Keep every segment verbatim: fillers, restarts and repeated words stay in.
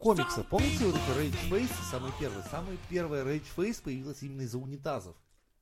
комиксах. Помните вот эти Rage Face, самый первый? Самый первый Rage Face появился именно из-за унитазов.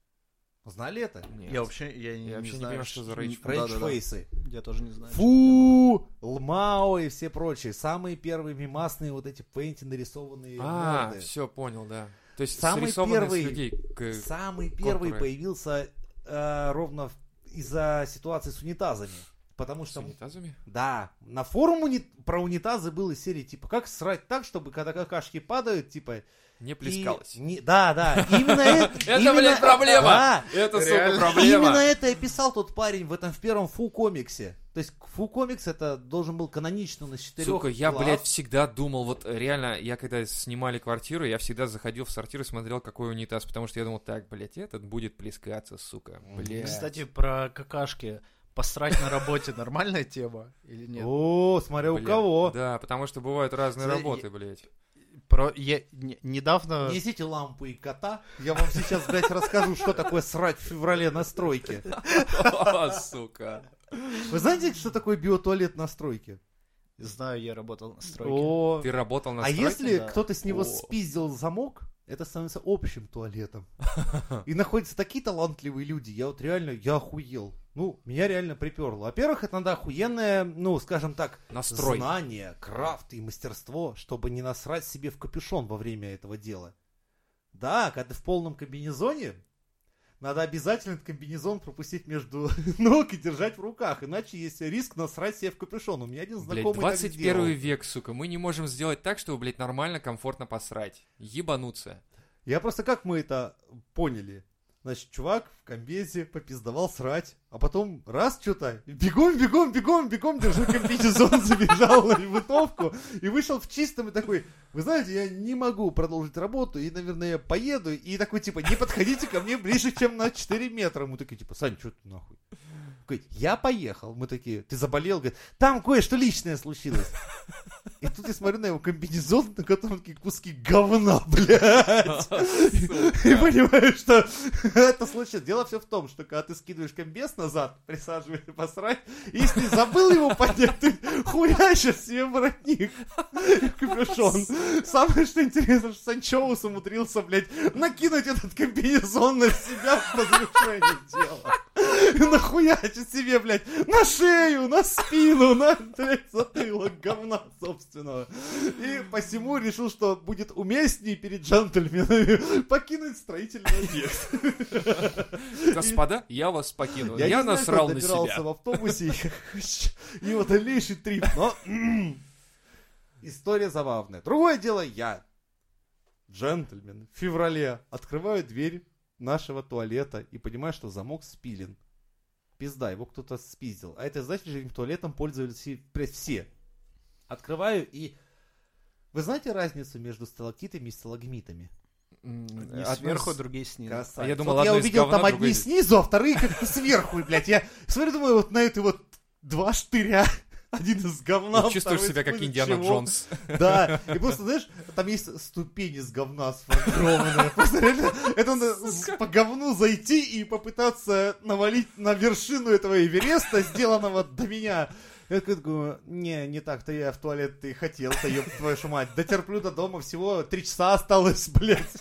Знали это? Нет. Я вообще, я не, я вообще не не знаю, понимаю, что за Rage Face. Rage Face. Я тоже не знаю. Фу, Лмао и все прочие. Самые первые мемасные вот эти пейнти нарисованные А, морды. все, понял, да. То есть самый первый, с людей к... самый первый контуры. появился э, ровно из-за ситуации с унитазами. Потому что... С унитазами? Да. На форум уни... про унитазы было из серии, типа, как срать так, чтобы когда какашки падают, типа... Не плескалось. И... Не... Да, да. Именно это... Это, блядь, проблема! Да. Это, сука, проблема! Именно это и писал тот парень в этом в первом Фу комиксе. То есть Фу комикс это должен был канонично на четырех Сука, я, глав. блядь, всегда думал, вот реально, я когда снимали квартиру, я всегда заходил в сортир и смотрел, какой унитаз, потому что я думал, так, блядь, этот будет плескаться, сука, блядь. Кстати, про какашки. Посрать на работе нормальная тема или нет? О, смотря у Бля, кого. Да, потому что бывают разные За- работы, блядь. Про... Я не- недавно... Несите лампу и кота. Я вам сейчас, блядь, расскажу, что такое срать в феврале на стройке. О, сука. Вы знаете, что такое биотуалет на стройке? Знаю, я работал на стройке. О, Ты работал на а стройке? если да. кто-то с него О. спиздил замок, это становится общим туалетом. И находятся такие талантливые люди. Я вот реально, я охуел. Ну, меня реально приперло. Во-первых, это надо охуенное, ну, скажем так, Настрой. знание, крафт и мастерство, чтобы не насрать себе в капюшон во время этого дела. Да, когда ты в полном комбинезоне, надо обязательно этот комбинезон пропустить между ног и держать в руках, иначе есть риск насрать себе в капюшон. У меня один Блядь, знакомый двадцать так делал. первый век, сука, мы не можем сделать так, чтобы, блядь, нормально, комфортно посрать. Ебануться. Я просто как мы это поняли? Значит, чувак в комбезе попиздовал срать, а потом раз что-то, бегом, бегом, бегом, бегом, держу комбинезон, забежал на бытовку и вышел в чистом и такой, вы знаете, я не могу продолжить работу и, наверное, я поеду, и такой, типа, не подходите ко мне ближе, чем на четыре метра. Мы такие, типа, Сань, что ты нахуй? Такой, я поехал. Мы такие, ты заболел? Говорит, там кое-что личное случилось. И тут я смотрю на его комбинезон, на котором такие куски говна, блядь. И понимаю, что это случилось. Дело все в том, что когда ты скидываешь комбез назад, присаживаешься посрать, и если забыл его поднять, ты хуячишь себе воротник и капюшон. Самое что интересно, что Санчоус умудрился, блядь, накинуть этот комбинезон на себя в разрушение тела. Нахуячить себе, блядь, на шею, на спину, на, блядь, затылок говна собственного. И посему решил, что будет уместнее перед джентльменами покинуть строительный объект. Господа, я вас покину. Я, Я, не знаю, насрал как на добирался себя. в автобусе и его дальнейший трип, но история забавная. Другое дело, я, джентльмен, в феврале открываю дверь нашего туалета и понимаю, что замок спилен. Пизда, его кто-то спиздил. А это значит, что этим туалетом пользовались все- все. Открываю и... Вы знаете разницу между сталактитами и сталагмитами? Не Одно сверху, с- другие снизу. Красавец. А я думал, Вот я одно из увидел говна, там одни другое из- снизу, а вторые как-то сверху, блядь. Я смотрю, думаю, вот на это вот два штыря. Один из говна, Ты чувствуешь второй себя как из Индиана чего. Джонс. Да, и просто, знаешь, там есть ступени из говна сформированные. Просто реально, это надо с- по говну зайти и попытаться навалить на вершину этого Эвереста, сделанного до меня. Я такой думаю, не, не так-то я в туалет-то и хотел-то, ёб твою ж мать. Дотерплю до дома, всего три часа осталось, блядь.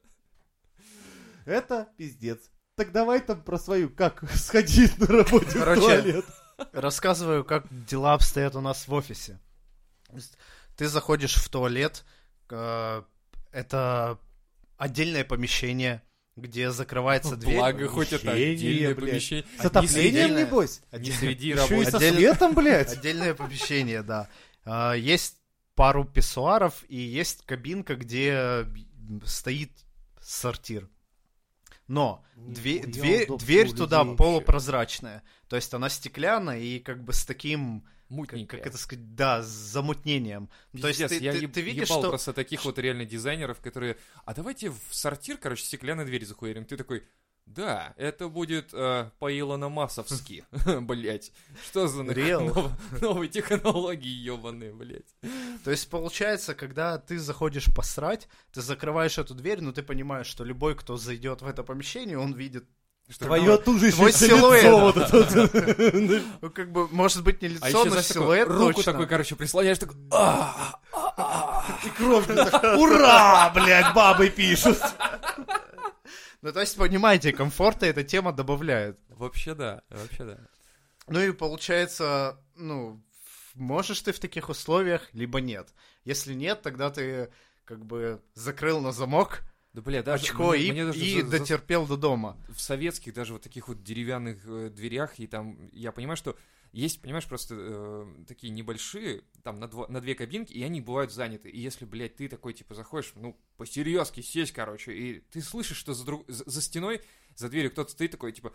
Это пиздец. Так давай там про свою, как сходить на работе Короче, в туалет. Рассказываю, как дела обстоят у нас в офисе. То есть ты заходишь в туалет, э, это отдельное помещение, где закрывается дверь. Благо, хоть это Помещение, отдельное блядь. помещение. С отоплением, отдельное- небось? Не среди Еще и рабочих. со Отдельно- светом, блядь. Отдельное помещение, да. А, Есть пару писсуаров и есть кабинка, где стоит сортир. Но две- Нихуя дверь, удобства дверь у туда людей. полупрозрачная. То есть она стеклянная и как бы с таким, как, Мутненькая. как это сказать, да, с замутнением. То есть Пиздец, ты, я ты- еб- ты видишь, ебал что... просто таких вот реально дизайнеров, которые... А давайте в сортир, короче, стеклянные двери захуярим. Ты такой... Да, это будет э, по-илономасовски, блять. Что за нах- Реал. нов- новые технологии ебаные, блять. То есть получается, когда ты заходишь посрать, ты закрываешь эту дверь, но ты понимаешь, что любой, кто зайдет в это помещение, он видит Что Твое тужащее Твой лицо силуэт. вот это вот. Ну, как бы, может быть, не лицо, А еще, но знаешь, такой, силуэт руку точно. такой, короче, прислоняешь, такой, «А, И кровь. так, Ура, блядь, бабы пишут. Ну, то есть, понимаете, комфорта эта тема добавляет. вообще да, вообще да. Ну и получается, ну, можешь ты в таких условиях, либо нет. Если нет, тогда ты как бы закрыл на замок Да, бля, даже очко мне- и, мне даже и за- за- дотерпел до дома. в советских даже вот таких вот деревянных э, дверях, и там, я понимаю, что есть, понимаешь, просто э, такие небольшие, там, на, дво- на две кабинки, и они бывают заняты. И если, блядь, ты такой, типа, заходишь, ну, по-серьезки сесть, короче, и ты слышишь, что за, друг... за, за стеной, за дверью кто-то стоит такой, типа,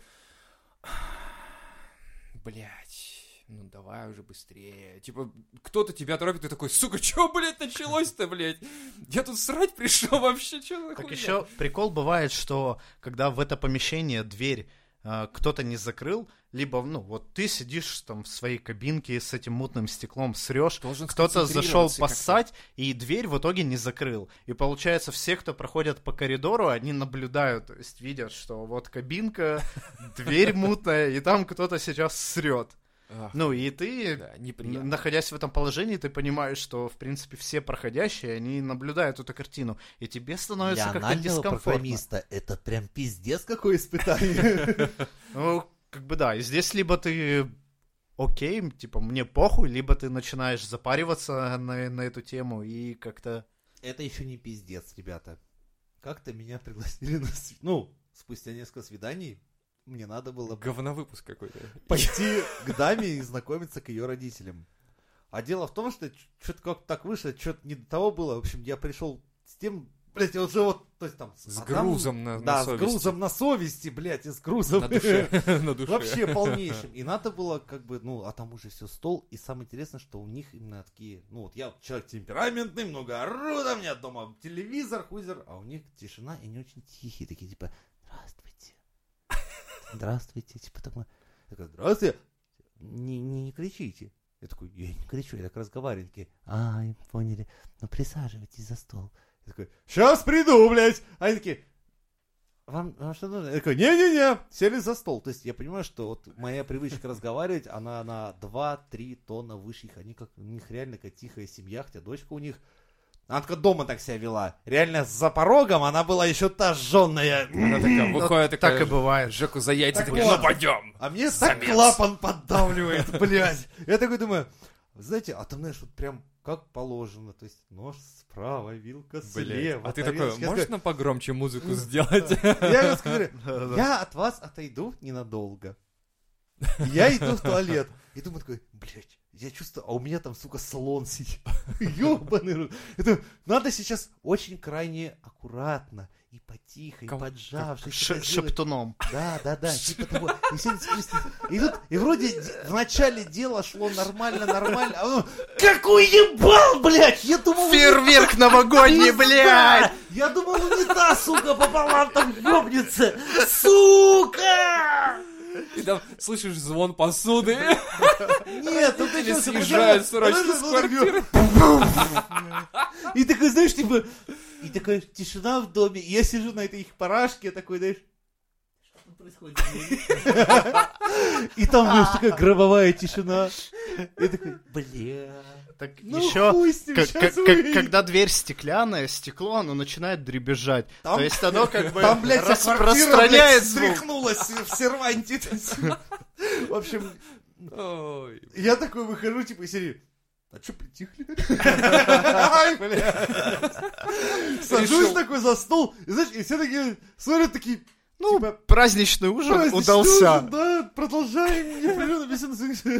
блядь, ну, давай уже быстрее. Типа, кто-то тебя торопит, ты такой, сука, чё, блядь, началось-то, блядь? Я тут срать пришел вообще, чё за Так хуйня? еще прикол бывает, что когда в это помещение дверь э, кто-то не закрыл, либо, ну, вот ты сидишь там в своей кабинке с этим мутным стеклом, срешь, Должен кто-то зашел сконцентрироваться как-то. поссать, и дверь в итоге не закрыл. И получается, все, кто проходят по коридору, они наблюдают, то есть видят, что вот кабинка, дверь мутная, и там кто-то сейчас срет. Ах, Ну, и ты, да, н- неприятно. находясь в этом положении, ты понимаешь, что, в принципе, все проходящие, они наблюдают эту картину, и тебе становится Для как-то анального дискомфортно. программиста это прям пиздец какое испытание. Ну, как бы да, и здесь либо ты окей, типа, мне похуй, либо ты начинаешь запариваться на, на эту тему и как-то... Это еще не пиздец, ребята. Как-то меня пригласили на... св- Ну, спустя несколько свиданий мне надо было Говновыпуск какой-то. пойти к даме и знакомиться к ее родителям. А дело в том, что что-то как-то так вышло, что-то не до того было. В общем, я пришел с тем, блядь, я уже вот, то есть там... С а там- грузом на, на Да, с совести. грузом на совести, блядь, и с грузом... На душе. На душе. Вообще полнейшим. И надо было как бы, ну, а там уже все стол. И самое интересное, что у них именно такие, ну, вот я человек темпераментный, много ору, там нет дома телевизор, хузер, а у них тишина и не очень тихие, такие типа, здравствуйте. Здравствуйте, типа такой, такой, здравствуйте. Не, не, не кричите. Я такой, я не кричу, я так разговариваю. Такие, а, поняли, ну присаживайтесь за стол. Я такой, сейчас приду, блядь. А они такие, вам, вам что нужно? Я такой, не-не-не, сели за стол. То есть я понимаю, что вот моя привычка разговаривать, она на два-три тона выше их. Они как, у них реально какая тихая семья, хотя дочка у них, она только дома так себя вела. Реально за порогом она была еще та жженая. Она такая выходит, Так такая, и бывает. Жеку за яйца, Так такая, вот. ну пойдем. А мне Самец. так клапан поддавливает, блядь. Я такой думаю, знаете, а там, знаешь, вот прям как положено. То есть нож справа, вилка Блядь. слева. А ты тарелочка. такой, Я можешь нам погромче музыку сделать? Я ему говорю, я от вас отойду ненадолго. Я иду в туалет. И думаю такой, блядь, я чувствую, а у меня там, сука, слон сидит. Ёбаный рот. Это надо сейчас очень крайне аккуратно и потихо, и Ком- поджавшись. Ш- это сделать. шептуном. Да, да, да, типа того. И, все это спустить. И тут, и вроде д- в начале дела шло нормально, нормально, а потом, какой ебал, блядь! Я думал, Фейерверк новогодний, блядь! я думал, унитаз, сука, пополам там ёбнется! Сука! И там слышишь звон посуды. Нет, тут Или еще съезжают срочно с квартиры. И такой, знаешь, типа, и такая тишина в доме, и я сижу на этой их парашке, такой, знаешь, что там происходит? И там, знаешь, такая гробовая тишина. И такой, бля. Так Ну еще, хуй с ним, как- щас как- как- выйдет. когда дверь стеклянная, стекло, оно начинает дребезжать. Там- То есть оно как бы Там, блядь, вся квартира, распространяет блядь, звук. стряхнулась в серванте. В общем, Ой. я такой выхожу, типа, из серии, а чё притихли? Ай, блядь. Сажусь Решил. такой за стол, и знаешь, и все такие смотрят такие, Ну, типа, праздничный ужин праздничный удался. ужин, да, продолжаем непрерывно беседу.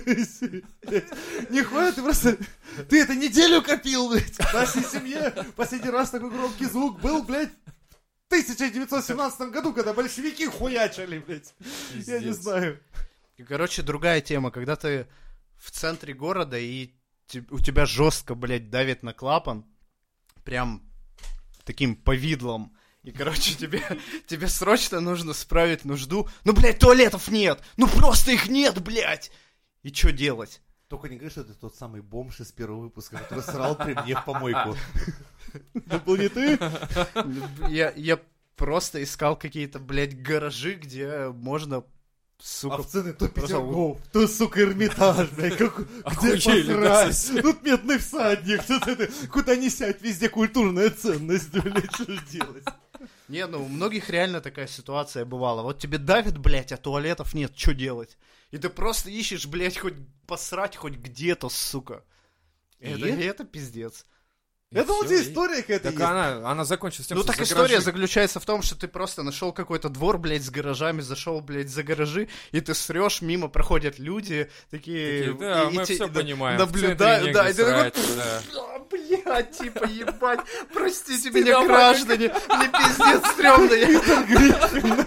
Нихуя, ты просто, ты это неделю копил, блядь, в нашей семье. Последний раз такой громкий звук был, блядь, в тысяча девятьсот семнадцатом году, когда большевики хуячили, блядь. Я не Пиздец. знаю. И, короче, другая тема, когда ты в центре города и те- у тебя жестко, блядь, давит на клапан, прям таким повидлом, и, короче, тебе, тебе срочно нужно справить нужду. Ну, блядь, туалетов нет! Ну, просто их нет, блядь! И что делать? Только не говори, что это тот самый бомж из первого выпуска, который срал при мне в помойку. Это был не ты? Я, я просто искал какие-то, блядь, гаражи, где можно, сука... Овцины, то просто- Петергоф, то, сука, Эрмитаж, блядь, как, где Охуели, да, посрать? совсем. Тут медный всадник, тут это, куда не сядь, везде культурная ценность, блядь, что ж делать? Не, ну у многих реально такая ситуация бывала. Вот тебе давят, блядь, а туалетов нет, что делать? И ты просто ищешь, блядь, хоть посрать хоть где-то, сука. И? Это, это пиздец. И Это вот всё, здесь и- история какая-то Так есть. она, она закончилась тем, Ну что так за история гаражи- заключается в том, что ты просто нашел какой-то двор, блядь, с гаражами, зашел, блядь, за гаражи, и ты срешь, мимо проходят люди, такие... Такие, да, и- и мы те- все да, понимаем. Наблюдают, да, и ты такой... да. «А, блядь, типа, ебать, простите Стыдно, меня, граждане, мне пиздец стрёмно, я-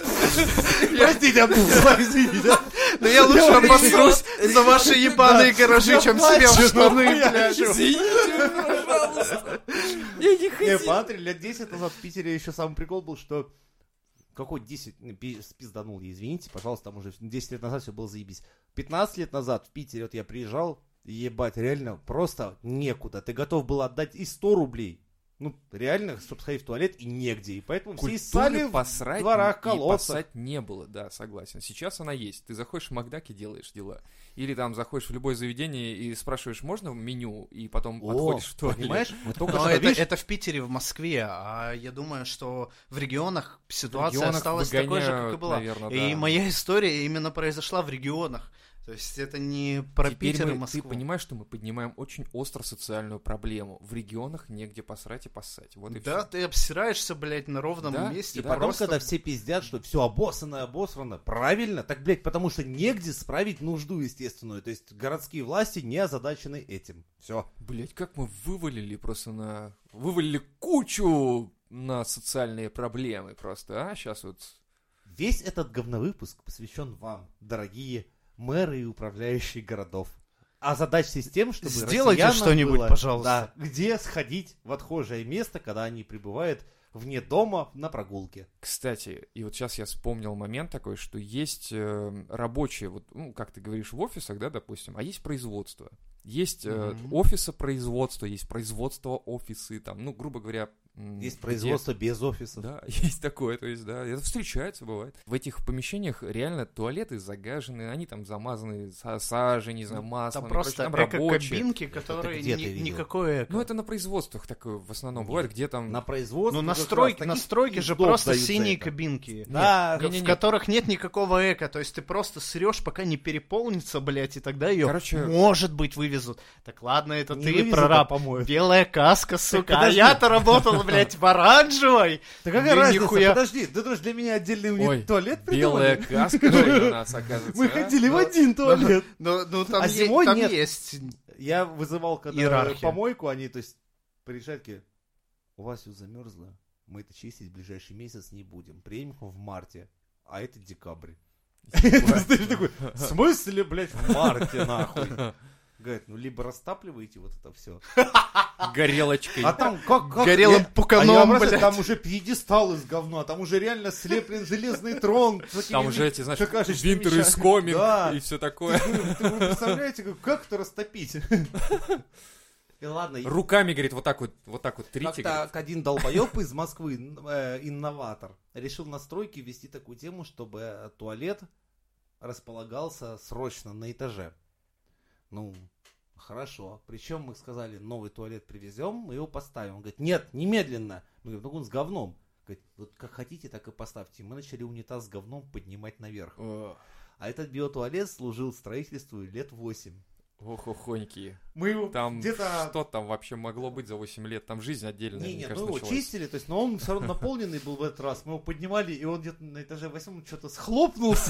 Простите, а, простите. но я лучше обосрусь за ваши ебаные гаражи, Я чем себе в плачу, штаны, нахуя. блядь. Извините, пожалуйста. Я не Не, хотел. смотри, лет десять назад в Питере еще самый прикол был, что... Какой десять? ну, пи- Спизданул я, извините, пожалуйста, там уже десять лет назад все было заебись. пятнадцать лет назад в Питере, вот я приезжал, ебать, реально, просто некуда. Ты готов был отдать и сто рублей. Ну, реально, чтобы сходить в туалет, и негде. И поэтому все и ссали Культуры в посрать дворах, и колодцах. поссать не было, да, согласен. Сейчас она есть. Ты заходишь в Макдак и делаешь дела. Или там заходишь в любое заведение и спрашиваешь, можно меню, и потом О, подходишь в туалет. понимаешь? Мы только Но что, это, видишь, это в Питере, в Москве, а я думаю, что в регионах ситуация В регионах осталась такой же, как и выгоняют, была. наверное, И да. моя история именно произошла в регионах. То есть это не про Теперь Питер и мы- Москву. Ты понимаешь, что мы поднимаем очень остро социальную проблему. В регионах негде посрать и поссать. Вот и Да, всё. ты обсираешься, блядь, на ровном Да, месте. и да, потом, просто- когда все пиздят, что все обоссано, обосрано, правильно, так, блядь, потому что негде справить нужду естественную. То есть городские власти не озадачены этим. Все. Блять, как мы вывалили просто на... Вывалили кучу на социальные проблемы просто, а? Сейчас вот... Весь этот говновыпуск посвящен вам, дорогие мэры и управляющие городов. А задачтесь тем, чтобы Сделайте россиянам что-нибудь, было, пожалуйста. да, где сходить в отхожее место, когда они прибывают вне дома на прогулке. Кстати, и вот сейчас я вспомнил момент такой, что есть э, рабочие, вот, ну, как ты говоришь, в офисах, да, допустим, а есть производство. Есть э, Мгм. офисы производства, есть производство офисы, там, ну, грубо говоря... м, Есть где- производство без офисов. Да, есть такое, то есть, да, это встречается, бывает. В этих помещениях реально туалеты загажены, они там замазаны са- сажей, не знаю, маслом. Там и прочее, просто там рабочие. эко-кабинки, которые где ни- ты видел? никакое эко. Ну, это на производствах такое в основном Нет. бывает, где там... На производство. Ну, на как стройке, раз на таких стройке же пиздов просто дают за синие это. кабинки. Да, Не-не-не. В которых нет никакого эко, то есть ты просто срешь, пока не переполнится, блядь, и тогда ее, Короче- может быть, вывезут. Так ладно, это не ты, вывезут, прораб. а помоют. Белая каска, сука. А подожди. я-то работал, блядь, в оранжевой. Да какая Да разница? нихуя. Подожди, ты думаешь, для меня отдельный уни- Ой, туалет белая придумали? каска же у нас, оказывается. Мы а? ходили в Ну, один туалет. Ну, ну там, А е- зимой там нет. есть. Я вызывал, когда Иерархия. помойку, они, то есть, приезжают такие, у вас все замерзло, мы это чистить в ближайший месяц не будем, приедем в марте, а это декабрь. Ты стоишь такой, в смысле, блядь, в марте, нахуй? Говорит, ну либо растапливаете вот это все. Горелочкой. А там как, как? Горелым Я- пуканом, а я обращаюсь, блядь. там уже пьедестал из говна, там уже реально слеплен железный трон. с такими Там уже эти, знаешь, шикарными винтер вещами. из комик Да. и все такое. Вы вы представляете, как- как это растопить? И ладно, Руками, говорит, вот так вот, вот так вот трите. как-то говорит. один долбоеб из Москвы, э, инноватор, решил на стройке ввести такую тему, чтобы туалет располагался срочно на этаже. Ну, хорошо. Причем мы сказали, новый туалет привезем, мы его поставим. Он говорит, нет, немедленно. Мы говорим, ну он с говном. Говорит, вот как хотите, так и поставьте. Мы начали унитаз с говном поднимать наверх. О, А этот биотуалет служил строительству лет восемь. Ох, охоньки. Мы его Там где-то... что там вообще могло быть за восемь лет? Там жизнь отдельная, Не, мне не, ну кажется, его началась. чистили, то есть, но он все равно наполненный был в этот раз. Мы его поднимали, и он где-то на этаже восьмом что-то схлопнулся.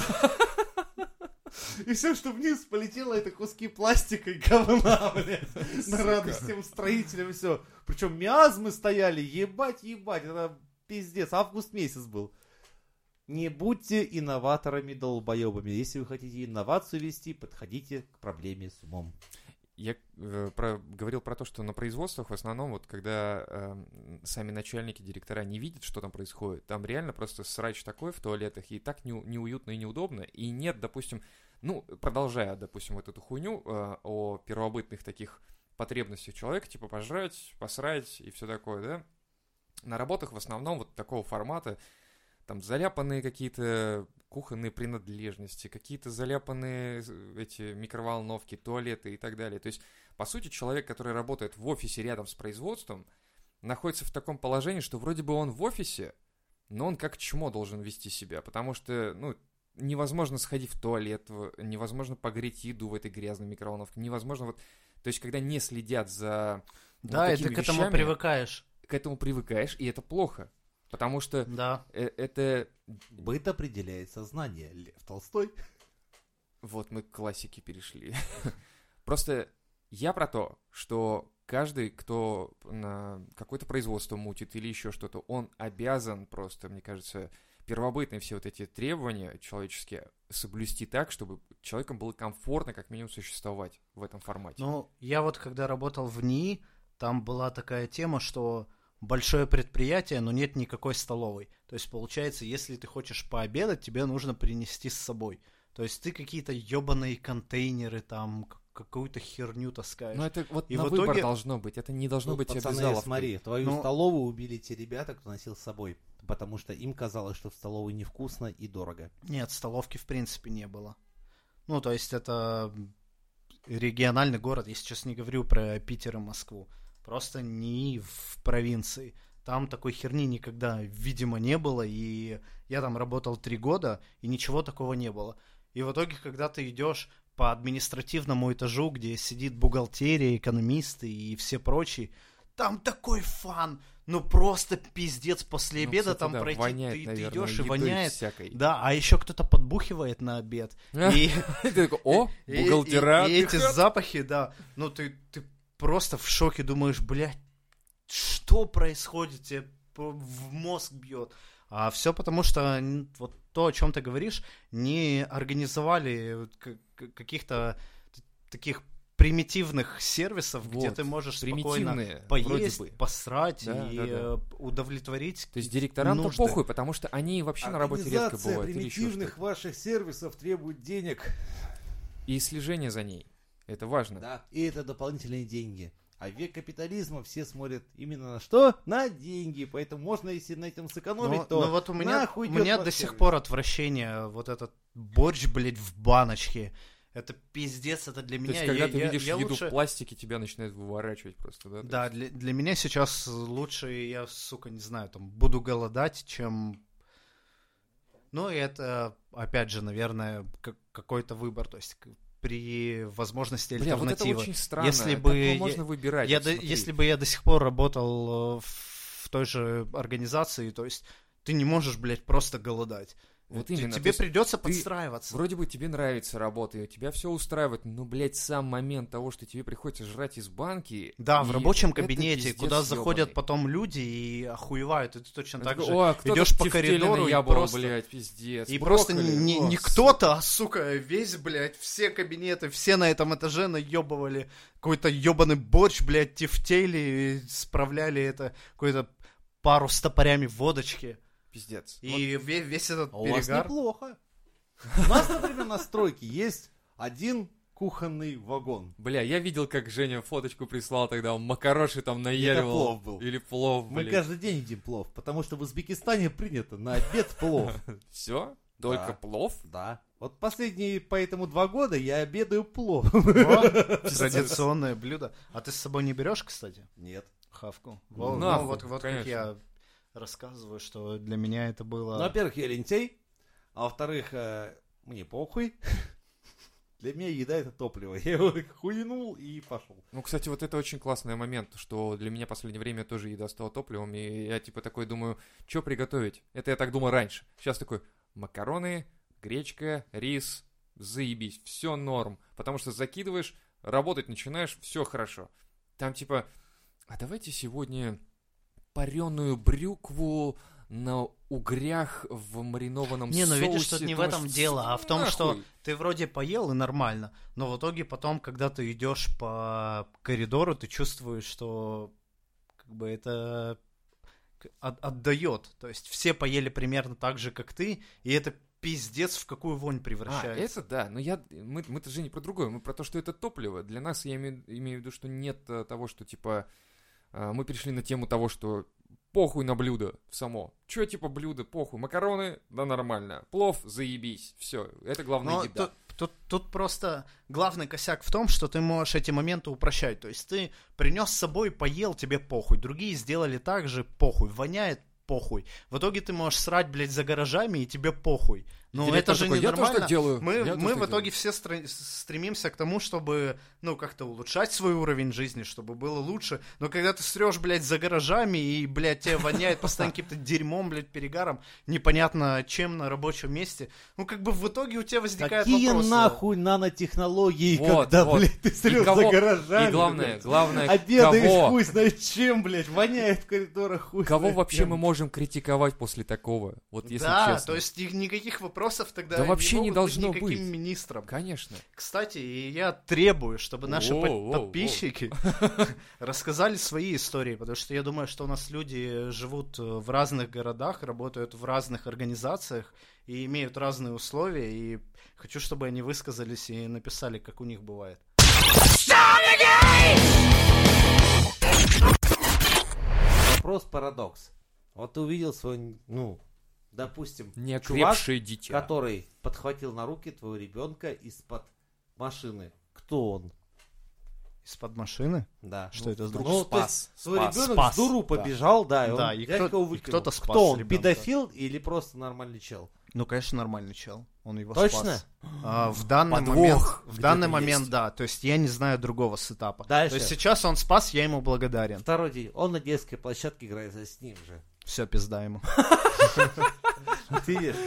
И все, что вниз полетело, это куски пластика и говна, блядь. На радость всем строителям, все. Причем миазмы стояли, ебать, ебать, это пиздец, август месяц был. Не будьте инноваторами-долбоебами. Если вы хотите инновацию вести, подходите к проблеме с умом. Я э, про- говорил про то, что на производствах в основном, вот когда э, сами начальники, директора не видят, что там происходит, там реально просто срач такой в туалетах, и так не, неуютно и неудобно, и нет, допустим, ну, продолжая, допустим, вот эту хуйню э, о первобытных таких потребностях человека, типа пожрать, посрать и все такое, да, на работах в основном вот такого формата, там заляпанные какие-то кухонные принадлежности, какие-то заляпанные эти микроволновки, туалеты и так далее. То есть, по сути, человек, который работает в офисе рядом с производством, находится в таком положении, что вроде бы он в офисе, но он как чмо должен вести себя, потому что, ну, невозможно сходить в туалет, невозможно погреть еду в этой грязной микроволновке, невозможно вот... То есть, когда не следят за Да, вот и ты такими к этому вещами, привыкаешь. к этому привыкаешь, и это плохо. Потому что Да. э- это... Быт определяет сознание. Лев Толстой. Вот мы к классике перешли. Просто я про то, что каждый, кто на какое-то производство мутит или еще что-то, он обязан просто, мне кажется, первобытные все вот эти требования человеческие соблюсти так, чтобы человеком было комфортно как минимум существовать в этом формате. Ну, я вот когда работал в НИИ, там была такая тема, что большое предприятие, но нет никакой столовой. То есть, получается, если ты хочешь пообедать, тебе нужно принести с собой. То есть ты какие-то ебаные контейнеры, там, к- какую-то херню таскаешь. Но это вот И на в выбор итоге- должно быть, это не должно Ну, быть пацаны, обязаловкой. смотри, твою Ну- столовую убили те ребята, кто носил с собой. Потому что им казалось, что в столовой невкусно и дорого. Нет, столовки в принципе не было. Ну, то есть это региональный город, я сейчас не говорю про Питер и Москву. Просто не в провинции. Там такой херни никогда, видимо, не было, и я там работал три года, и ничего такого не было. И в итоге, когда ты идешь по административному этажу, где сидит бухгалтерия, экономисты и все прочие, там такой фан, ну просто пиздец, после Ну, обеда кстати, там да, пройти, воняет, ты, ты наверное, идешь и едой воняет. всякой. Да, а еще кто-то подбухивает на обед. И, Ты такой, о, и- бухгалтера. и- и эти отдыхают. запахи, да, ну ты, ты просто в шоке думаешь, блядь, что происходит, тебе п- в мозг бьет. А все потому, что н- вот то, о чем ты говоришь, не организовали к- к- каких-то т- таких примитивных сервисов, где Вот, ты можешь спокойно примитивные, поесть, вроде бы. посрать Да, и да, да. э, удовлетворить. То есть директорам-то нужды. похуй, потому что они вообще на работе редко Организация бывают. Или еще примитивных что-то. ваших сервисов требует денег. И слежение за ней. Это важно. Да, и это дополнительные деньги. А в век капитализма все смотрят именно на что? На деньги. Поэтому можно, если на этом сэкономить, Ну, то ну вот у меня, нахуй у идет меня ваш до сих сервис. пор отвращение, вот этот борщ, блядь, в баночке. Это пиздец, это для То меня... есть, когда я, ты я- видишь я еду лучше- в пластике, тебя начинает выворачивать просто, да? То Да, есть- для, для меня сейчас лучше, я, сука, не знаю, там, буду голодать, чем... Ну, и это, опять же, наверное, как- какой-то выбор, то есть к- при возможности Бля, вот это альтернативы. очень странно. Если Как бы его я- можно выбирать? Я Вот до- смотри. если бы я до сих пор работал э, в, в той же организации, то есть ты не можешь, блядь, просто голодать. Вот Т- именно, то Тебе есть придется ты подстраиваться. Вроде бы тебе нравится работа, и тебя все устраивает, но, блядь, сам момент того, что тебе приходится жрать из банки... Да, в и рабочем это кабинете, пиздец куда заходят ёбаный. потом люди и охуевают, и ты точно Он так такой, же «О, кто-то идешь по тефтели коридору и наябал, просто... блядь, пиздец. И просто брокколи, не, о, не сука». кто-то, а, сука, весь, блядь, все кабинеты, все на этом этаже наебывали какой-то ебаный борщ, блядь, тефтели, и справляли это, какой-то пару с топорями водочки. Пиздец. И ве- весь этот А у вас перегар... неплохо. У нас, например, на стройке есть один кухонный вагон. Бля, я видел, как Женя фоточку прислал тогда, он макароши там наеривал. плов был. Или плов, Мы блядь. каждый день едим плов, потому что в Узбекистане принято на обед плов. Все? Только Да. плов? Да. Вот последние, поэтому два года я обедаю плов. О, традиционное блюдо. А ты с собой не берешь, кстати, Нет. хавку? Ну, Во- ну, нахуй, вот, вот как конечно. я рассказываю, что для меня это было... Ну, во-первых, я лентяй, а во-вторых, э, мне похуй. Для меня еда это топливо. Я его хуянул и пошел. Ну, кстати, вот это очень классный момент, что для меня в последнее время тоже еда стала топливом, и я типа такой думаю, что приготовить? Это я так думал раньше. Сейчас такой, макароны, гречка, рис, заебись, все норм. Потому что закидываешь, работать начинаешь, все хорошо. Там типа, а давайте сегодня пареную брюкву на угрях в маринованном Не, ну соусе. видишь, тут не в Думаешь, этом дело, а в том, нахуй. что ты вроде поел и нормально, но в итоге потом, когда ты идешь по коридору, ты чувствуешь, что как бы это к- от- отдает. То есть все поели примерно так же, как ты, и это пиздец в какую вонь А, превращается. это да, но я, мы, мы-то же не про другое, мы про то, что это топливо. Для нас, я имею, имею в виду, что нет э, того, что, типа, э, мы перешли на тему того, что похуй на блюдо само. Че типа блюдо, похуй. Макароны, да нормально. Плов, заебись. Все, это главная Но еда. Тут, тут, тут просто главный косяк в том, что ты можешь эти моменты упрощать. То есть ты принес с собой, поел, тебе похуй. Другие сделали так же, похуй. Воняет, похуй. В итоге ты можешь срать, блядь, за гаражами, и тебе похуй. Ну, Директор это же такой, не я тоже нормально. так делаю. Мы, Я тоже мы так в итоге делаю. все стр- стремимся к тому, чтобы, ну, как-то улучшать свой уровень жизни, чтобы было лучше. Но когда ты срешь, блядь, за гаражами, и, блядь, тебе воняет постоянно каким-то дерьмом, блядь, перегаром, непонятно чем на рабочем месте, ну, как бы в итоге у тебя возникает Какие вопрос. нахуй нанотехнологии, Вот, когда, вот. блядь, ты И срёшь кого- за гаражами, И главное, блядь. главное, Обедаешь кого, хуй знает чем, блядь, воняет в коридорах хуй кого знает вообще чем. мы можем критиковать после такого? Вот если Да, честно. то есть и никаких вопросов тогда Да вообще не могут должно быть никаким быть. министром. Конечно. Кстати, и я требую, чтобы наши Воу, под- воу, подписчики рассказали свои истории, потому что я думаю, что у нас люди живут в разных городах, работают в разных организациях и имеют разные условия, и хочу, чтобы они высказались и написали, как у них бывает. Вопрос-парадокс. Вот ты увидел свой, ну, допустим, чувак, Неокрепшее дитя. который подхватил на руки твоего ребенка из-под машины. Кто он? Из-под машины? Да. Что это Ну, значит? то спас. есть свой Спас. ребенок Спас. с дуру побежал, да, и он Да, и дядька кто- его и выкинул. кто-то спас Кто он, ребенка. педофил или просто нормальный чел? Ну, конечно, нормальный чел. Он его Точно? спас. А, в данный Подвох момент, в где-то данный есть. момент, да. То есть я не знаю другого сетапа. Дальше. То есть сейчас он спас, я ему благодарен. Второй день. Он на детской площадке играет с ним же. Все, пизда ему. Ты видишь?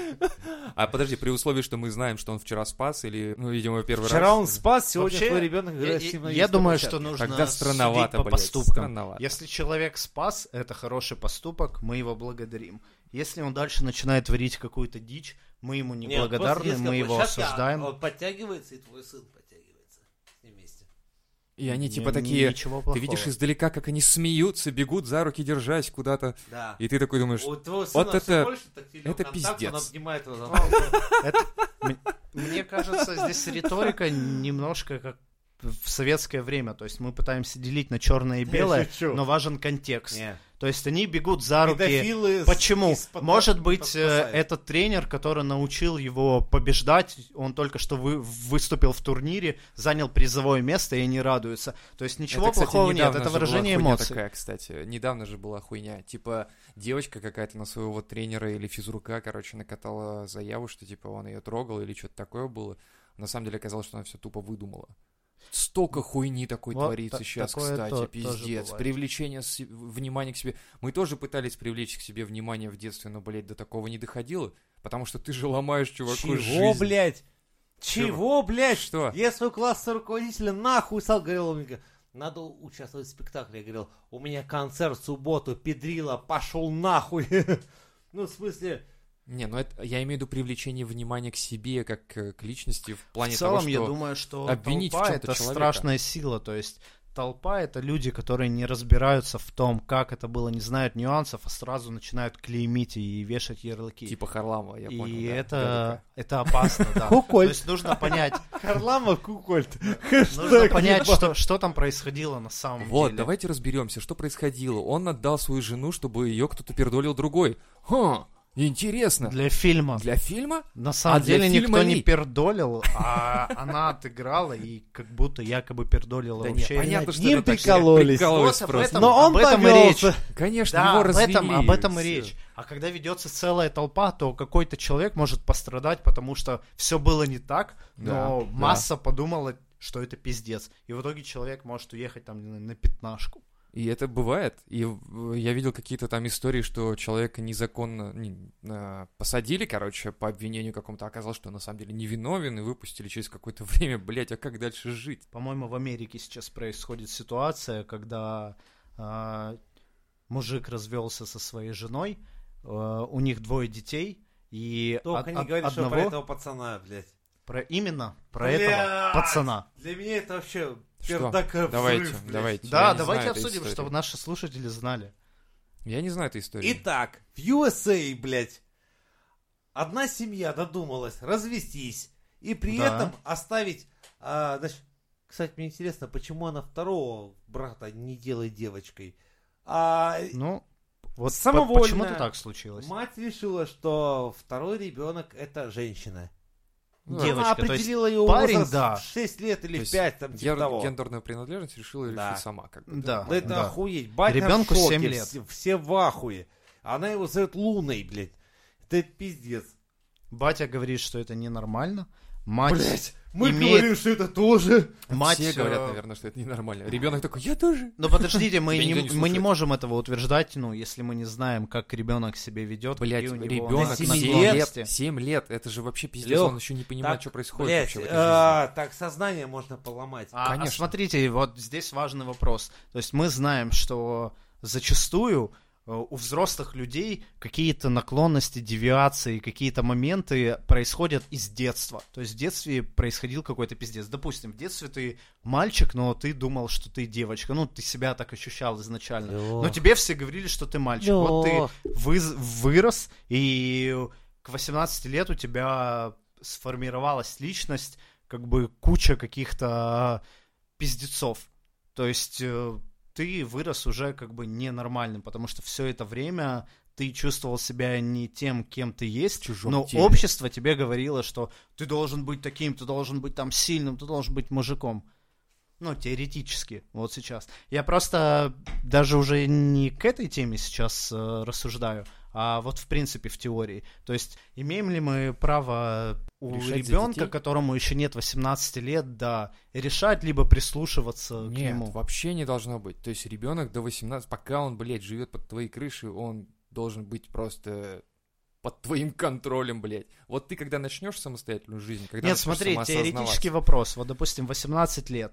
А подожди, при условии, что мы знаем, что он вчера спас, или, ну, видимо, первый Вчера раз. он спас, сегодня Вообще, твой ребенок Я, играет с ним на я детской думаю, площадке. что нужно Тогда странновато, судить по блядь, поступкам. странновато. Если человек спас, это хороший поступок, мы его благодарим. Если он дальше начинает творить какую-то дичь, мы ему не Нет, благодарны, после детской мы его площадки, осуждаем. а Он подтягивается, и твой сын подтягивается с ним вместе. И они Не- типа такие, ничего ты плохого. видишь издалека, как они смеются, бегут за руки, держась куда-то. Да. И ты такой думаешь, У твоего сына вот всё это- больше тактильного это контакта, пиздец. Он обнимает его за Ну, ногу. это- м- Мне кажется, здесь риторика немножко как в советское время. То есть мы пытаемся делить на черное и белое, шучу. но важен контекст. Не. То есть они бегут за руки. Педофилы с- Почему? из-под Может папы быть, э, спасают. этот тренер, который научил его побеждать, он только что вы- выступил в турнире, занял призовое место и они радуются. То есть ничего это, кстати, плохого нет, недавно это же была выражение хуйня эмоций. такая, кстати. Недавно же была хуйня. Типа, девочка какая-то на своего тренера или физрука, короче, накатала заяву, что, типа, он ее трогал или что-то такое было. На самом деле оказалось, что она все тупо выдумала. Столько хуйни такой Вот творится та- сейчас, такое кстати, то- тоже пиздец. бывает. Привлечение с- внимания к себе. Мы тоже пытались привлечь к себе внимание в детстве, но, блядь, до такого не доходило. Потому что ты же ломаешь чуваку Чего, жизнь. блядь? Чего, блядь? Что? Я своего классного руководителя нахуй стал, говорил, он мне говорит, надо участвовать в спектакле. Я говорил, у меня концерт в субботу, педрила, пошел нахуй. Ну, в смысле, Не, ну это я имею в виду привлечение внимания к себе, как э, к личности, в плане В целом, того, что... я думаю, что обвинить в толпа — чём-то это человека. страшная сила. То есть толпа — это люди, которые не разбираются в том, как это было, не знают нюансов, а сразу начинают клеймить и вешать ярлыки. Типа Харламова, я и понял. да, это, это опасно, да. То Куколь. есть нужно понять, Харламов Кукольт. нужно понять, что, что там происходило на самом Вот, деле. давайте разберемся, что происходило. Он отдал свою жену, чтобы ее кто-то пердолил другой. Хм, интересно. Для фильма. Для фильма? На самом А для деле фильма никто не ли? пердолил, а она отыграла и как будто якобы пердолила Да не, вообще. понятно, что ним это так, прикололись. прикалывались Вот об просто. этом- Но он об этом и речь. повелся. Конечно, Да, его об развели. этом, об этом и всё. речь. А когда ведется целая толпа, то какой-то человек может пострадать, потому что все было не так, но Да, да. масса подумала, что это пиздец. И в итоге человек может уехать там на, на пятнашку. И это бывает. И в- я видел какие-то там истории, что человека незаконно не, а, посадили, короче, по обвинению какому-то. Оказалось, что он на самом деле невиновен, и выпустили через какое-то время. Блять, а как дальше жить? По-моему, в Америке сейчас происходит ситуация, когда а, мужик развелся со своей женой, а, у них двое детей, и Только от- не от говори, что одного... про этого пацана, блядь. про- Именно про Блядь! этого пацана. Для меня это вообще Что? пердака Давайте, взрыв, блядь. давайте. Да, Я не давайте знаю этой обсудим, истории. чтобы наши слушатели знали. Я не знаю этой истории. Итак, в ю эс эй, блядь, одна семья додумалась развестись и при Да. этом оставить... а, значит, кстати, мне интересно, почему она второго брата не делает девочкой? А, Ну, Вот самовольно. по- почему-то так случилось. Мать решила, что второй ребенок это женщина. Ну, Девочка, Она то есть определила его парень, возраст да. в шесть лет или То в есть пять, там, типа ген- того. гендерную принадлежность решила Да. решить сама. Как бы, Да. Да это да. охуеть. Батя Ребенку в шоке, семь лет. Все, все в ахуе. Она его зовет Луной, блядь. Это пиздец. Батя говорит, что это ненормально. Мать, Блять, мы имеет- говорим, что это тоже. мать... Все говорят, э, наверное, что это ненормально. Ребенок такой, я тоже. Ну подождите, мы Тебя не, никто не мы не слушает. можем этого утверждать, ну, если мы не знаем, как ребенок себя ведет, Блять, какие у него ребенок семь семь наклонности. лет, семь лет, это же вообще пиздец, Лёх, он еще не понимает, так, что происходит Блять, вообще в этой а, так сознание можно поломать. А, а Конечно. смотрите, вот здесь важный вопрос. То есть мы знаем, что зачастую э, у взрослых людей какие-то наклонности, девиации, какие-то моменты происходят из детства. То есть в детстве происходил какой-то пиздец. Допустим, в детстве ты мальчик, но ты думал, что ты девочка. Ну, ты себя так ощущал изначально. Но тебе все говорили, что ты мальчик. Вот ты выз- вырос, и к восемнадцати лет у тебя сформировалась личность, как бы куча каких-то пиздецов. То есть э, ты вырос уже как бы ненормальным, потому что все это время ты чувствовал себя не тем, кем ты есть, В чужом но теле. общество тебе говорило, что ты должен быть таким, ты должен быть там сильным, ты должен быть мужиком. Ну, теоретически, вот сейчас. Я просто даже уже не к этой теме сейчас э, рассуждаю, а вот в принципе в теории. То есть, имеем ли мы право у Решать за ребенка, детей? которому еще нет восемнадцати лет, да, решать, либо прислушиваться к Нет, нему? вообще не должно быть. То есть ребенок до восемнадцати, пока он, блядь, живет под твоей крышей, он должен быть просто под твоим контролем, блядь. Вот ты когда начнешь самостоятельную жизнь, когда Нет, начнешь смотри, самоосознавать- теоретический вопрос. Вот, допустим, восемнадцать лет.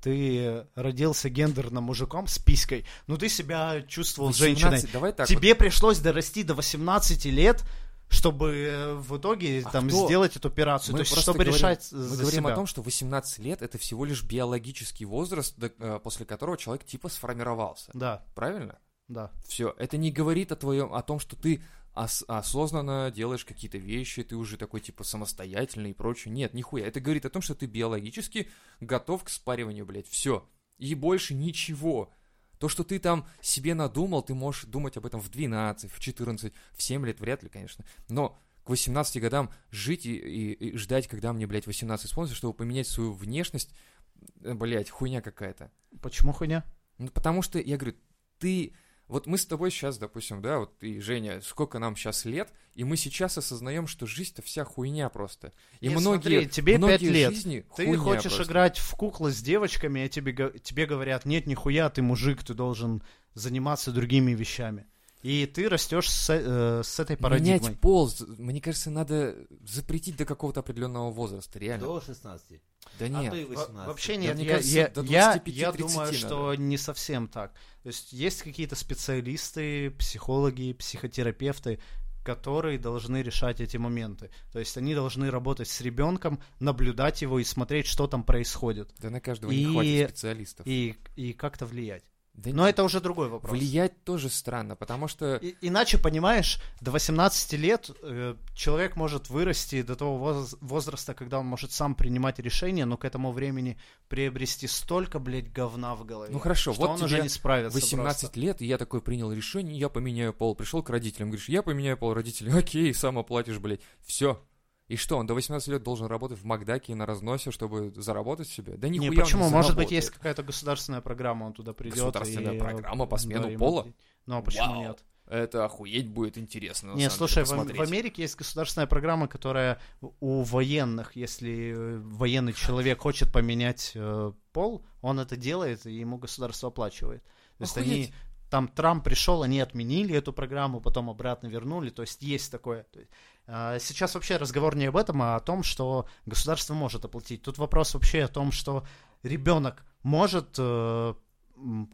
Ты родился гендерным мужиком с писькой, но ты себя чувствовал восемнадцать, женщиной. давай так Тебе пришлось дорасти до восемнадцати лет, чтобы э, в итоге А там кто? сделать эту операцию. Мы То есть, просто чтобы говорим- решать Мы за говорим себя. о том, что восемнадцать лет — это всего лишь биологический возраст, до- э, после которого человек типа сформировался. Да, Правильно? да. Все. Это не говорит о твоем, о том, что ты ос- осознанно делаешь какие-то вещи, ты уже такой типа самостоятельный и прочее. Нет, нихуя. Это говорит о том, что ты биологически готов к спариванию, блядь. Все. И больше ничего. То, что ты там себе надумал, ты можешь думать об этом в двенадцать, в четырнадцать, в семь лет вряд ли, конечно. Но к восемнадцати годам жить и, и- и ждать, когда мне, блядь, восемнадцать исполнится, чтобы поменять свою внешность, э, блядь, хуйня какая-то. Почему хуйня? Ну, потому что, я говорю, ты... Вот мы с тобой сейчас, допустим, да, вот ты, Женя, сколько нам сейчас лет, и мы сейчас осознаем, что жизнь-то вся хуйня просто. И Нет, многие, смотри, тебе многие пять лет. жизни Ты хуйня хочешь просто. играть в куклы с девочками, а тебе, го- тебе говорят, нет, нихуя, ты мужик, ты должен заниматься другими вещами. И ты растешь с, э, с этой парадигмой. Менять пол, з- мне кажется, надо запретить до какого-то определенного возраста, реально. До шестнадцати. Да А нет. то и Во- восемнадцати. Вообще Да, нет, мне я, кажется, я, до я, двадцати пяти я тридцати думаю, надо. что не совсем так. То есть есть какие-то специалисты, психологи, психотерапевты, которые должны решать эти моменты. То есть они должны работать с ребенком, наблюдать его и смотреть, что там происходит. Да на каждого И- не хватит специалистов. И, и как-то влиять. Да Но не- это уже другой вопрос. Влиять тоже странно, потому что... И- иначе, понимаешь, до восемнадцати лет э, человек может вырасти до того воз- возраста, когда он может сам принимать решения, но к этому времени приобрести столько, блядь, говна в голове, Ну хорошо, что вот он тебе уже не справится восемнадцать просто. лет, и я такой принял решение, я поменяю пол. Пришел к родителям, говоришь, я поменяю пол, родители, окей, сам оплатишь, блядь. Все. И что, он до восемнадцати лет должен работать в Макдаке на разносе, чтобы заработать себе? Да Не, нихуя он почему? не Может быть, заработает. есть какая-то государственная программа, он туда придет. Государственная и, программа по да, смену ему пола? ответит. Ну, а почему Вау. нет? Это охуеть будет интересно. на Не, самом слушай, деле, в, Ам- посмотреть. в Америке есть государственная программа, которая у военных, если э, военный человек хочет поменять э, пол, он это делает, и ему государство оплачивает. То есть Охуеть. они, там Трамп пришел, они отменили эту программу, потом обратно вернули, то есть есть такое. То есть, э, сейчас вообще разговор не об этом, а о том, что государство может оплатить. Тут вопрос вообще о том, что ребенок может... э, м,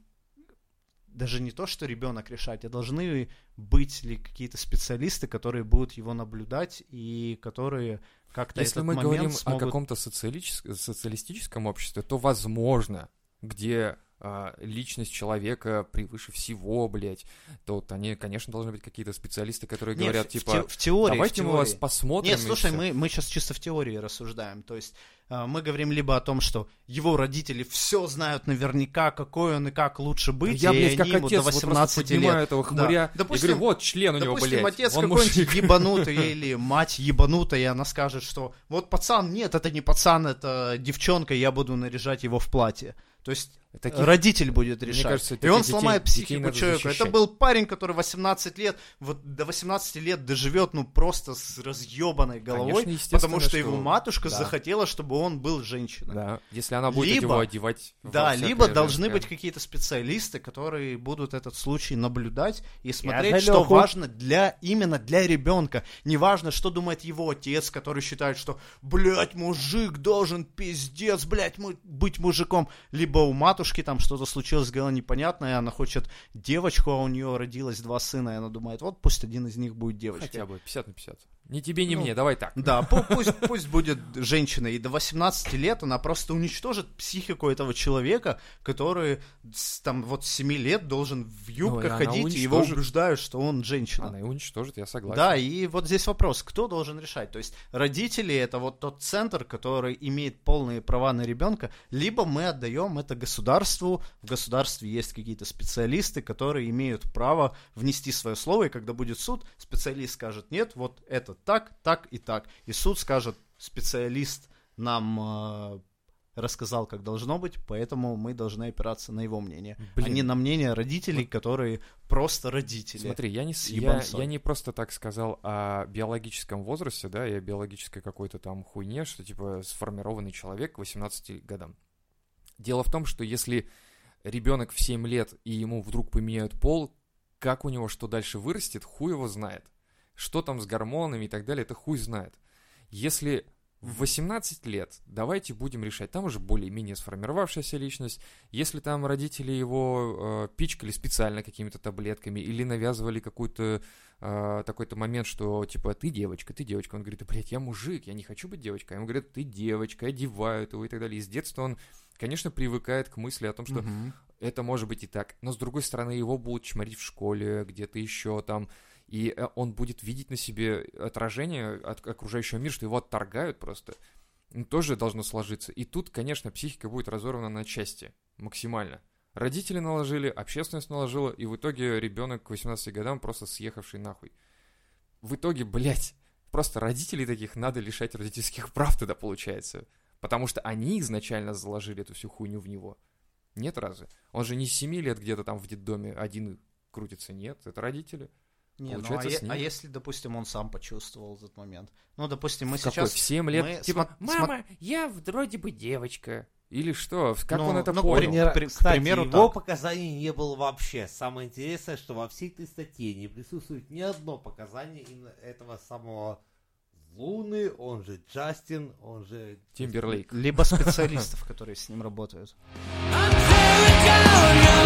даже не то, что ребенок решать, а должны быть ли какие-то специалисты, которые будут его наблюдать и которые как-то Если этот мы момент говорим смогут... о каком-то социалистическом, социалистическом обществе, то возможно, где а, личность человека превыше всего, блядь, то вот они, конечно, должны быть какие-то специалисты, которые Нет, говорят, в, типа, в, те, в теории, давайте в мы теории. вас посмотрим. Нет, слушай, и всё. мы, мы сейчас чисто в теории рассуждаем. То есть э, мы говорим либо о том, что его родители все знают наверняка, какой он и как лучше Да быть, я, и блядь, они как ему отец, до вот просто восемнадцати поднимаю лет. этого Да. хмыря и Допустим, говорю, вот член у него, Допустим, блядь, отец он какой-нибудь мужик. ебанутый или мать ебанутая, и она скажет, что вот пацан, нет, это не пацан, это девчонка, я буду наряжать его в платье. То есть Таких- родитель будет Мне решать. кажется, И таких он детей- сломает детей психику надо человека. защищать. Это был парень, который восемнадцать лет, вот до восемнадцати лет доживет, ну, просто с разъебанной головой, Конечно, естественно, потому что, что- его матушка да. захотела, чтобы он был женщиной. Да, если она будет Либо- его одевать во Да, всякое либо должны женское. быть какие-то специалисты, которые будут этот случай наблюдать и смотреть, далеко. что важно для именно для ребенка. Не важно, что думает его отец, который считает, что, блядь, мужик должен пиздец, блядь, му- быть мужиком. Либо у матушки там что-то случилось, говорила непонятное, она хочет девочку, а у нее родилось два сына, и она думает, вот пусть один из них будет девочкой. Хотя бы пятьдесят на пятьдесят. Ни тебе, ни Ну, мне, давай так. Да, пу- пусть, пусть будет женщина, и до восемнадцати лет она просто уничтожит психику этого человека, который с, там вот с семи лет должен в юбках она ходить, и его уничтожит. убеждают, что он женщина. Она и уничтожит, я согласен. Да, и вот здесь вопрос, кто должен решать? То есть родители — это вот тот центр, который имеет полные права на ребенка, либо мы отдаем это государству, в государстве есть какие-то специалисты, которые имеют право внести свое слово, и когда будет суд, специалист скажет, нет, вот это так, так и так. И суд скажет, специалист нам э, рассказал, как должно быть, поэтому мы должны опираться на его мнение, Блин. а не на мнение родителей, которые просто родители. Смотри, я не, с- с я, ебанцой. я не просто так сказал о биологическом возрасте, да, и о биологической какой-то там хуйне, что типа сформированный человек к восемнадцати годам. Дело в том, что если ребенок в семь лет и ему вдруг поменяют пол, как у него что дальше вырастет, хуй его знает. Что там с гормонами и так далее, это хуй знает. Если в восемнадцать лет давайте будем решать, там уже более-менее сформировавшаяся личность, если там родители его э, пичкали специально какими-то таблетками или навязывали какой-то э, такой-то момент, что типа ты девочка, ты девочка, он говорит, да, блядь, я мужик, я не хочу быть девочкой, ему говорят, ты девочка, одевают его и так далее. И с детства он, конечно, привыкает к мысли о том, что Мгм. это может быть и так, но с другой стороны его будут чморить в школе, где-то еще там, и э, он будет видеть на себе отражение от окружающего мира, что его отторгают просто. Ну, тоже должно сложиться. И тут, конечно, психика будет разорвана на части максимально. Родители наложили, общественность наложила, и в итоге ребенок к восемнадцати годам просто съехавший нахуй. В итоге, блядь, просто родителей таких надо лишать родительских прав тогда получается. Потому что они изначально заложили эту всю хуйню в него. Нет разве? Он же не с семи лет где-то там в детдоме один крутится, нет, это родители. Не, ну, а, Получается, е- с ним. а если, допустим, он сам почувствовал этот момент? Ну, допустим, мы В какой? сейчас... В семь лет? мы Типа, смо- мама, я вроде бы девочка. Или что? Как Ну, он это ну, понял? К при- к Кстати, примеру, его так. показаний не было вообще. Самое интересное, что во всей этой статье не присутствует ни одно показание именно этого самого Луны, он же Джастин, он же... Тимберлейк. Либо специалистов, которые с ним работают. Until we go,